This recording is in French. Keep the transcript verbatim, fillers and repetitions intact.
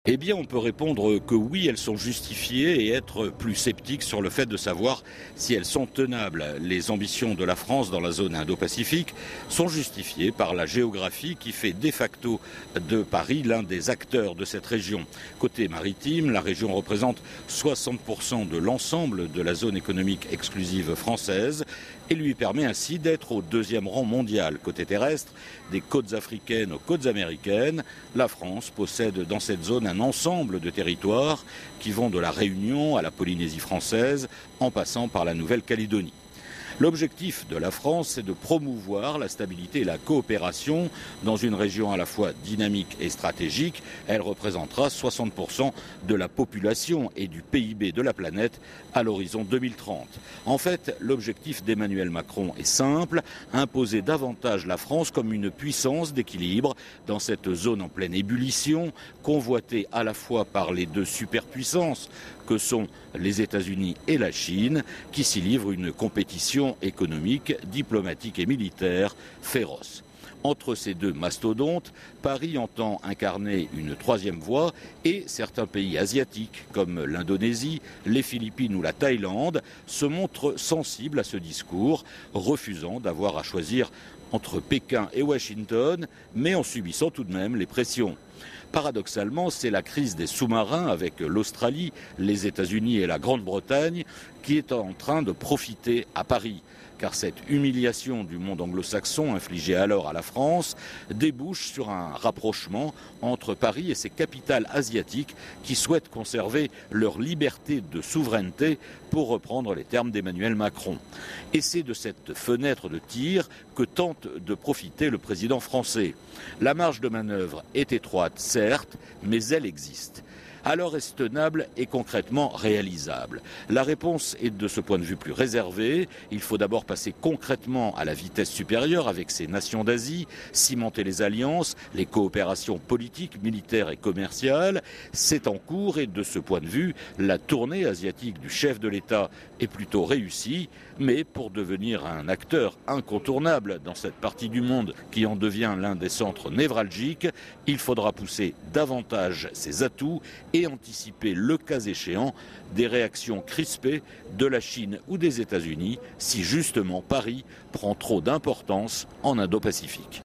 Eh bien, on peut répondre que oui, elles sont justifiées et être plus sceptique sur le fait de savoir si elles sont tenables. Les ambitions de la France dans la zone Indo-Pacifique sont justifiées par la géographie qui fait de facto de Paris l'un des acteurs de cette région. Côté maritime, la région représente soixante pour cent de l'ensemble de la zone économique exclusive française et lui permet ainsi d'être au deuxième rang mondial. Côté terrestre, des côtes africaines aux côtes américaines, la France possède dans cette zone un ensemble de territoires qui vont de la Réunion à la Polynésie française en passant par la Nouvelle-Calédonie. L'objectif de la France, c'est de promouvoir la stabilité et la coopération dans une région à la fois dynamique et stratégique. Elle représentera soixante pour cent de la population et du P I B de la planète à l'horizon deux mille trente. En fait, l'objectif d'Emmanuel Macron est simple, imposer davantage la France comme une puissance d'équilibre dans cette zone en pleine ébullition, convoitée à la fois par les deux superpuissances que sont les États-Unis et la Chine, qui s'y livrent une compétition économique, diplomatique et militaire féroce. Entre ces deux mastodontes, Paris entend incarner une troisième voie et certains pays asiatiques comme l'Indonésie, les Philippines ou la Thaïlande se montrent sensibles à ce discours, refusant d'avoir à choisir entre Pékin et Washington, mais en subissant tout de même les pressions. Paradoxalement, c'est la crise des sous-marins avec l'Australie, les États-Unis et la Grande-Bretagne qui est en train de profiter à Paris. Car cette humiliation du monde anglo-saxon infligée alors à la France débouche sur un rapprochement entre Paris et ses capitales asiatiques qui souhaitent conserver leur liberté de souveraineté, pour reprendre les termes d'Emmanuel Macron. Et c'est de cette fenêtre de tir que tente de profiter le président français. La marge de manœuvre est étroite, certes, mais elle existe. Alors est-ce tenable et concrètement réalisable? La réponse est de ce point de vue plus réservée. Il faut d'abord passer concrètement à la vitesse supérieure avec ces nations d'Asie, cimenter les alliances, les coopérations politiques, militaires et commerciales. C'est en cours et de ce point de vue, la tournée asiatique du chef de l'État est plutôt réussie. Mais pour devenir un acteur incontournable dans cette partie du monde qui en devient l'un des centres névralgiques, il faudra pousser davantage ses atouts et anticiper, le cas échéant, des réactions crispées de la Chine ou des États-Unis si justement Paris prend trop d'importance en Indo-Pacifique.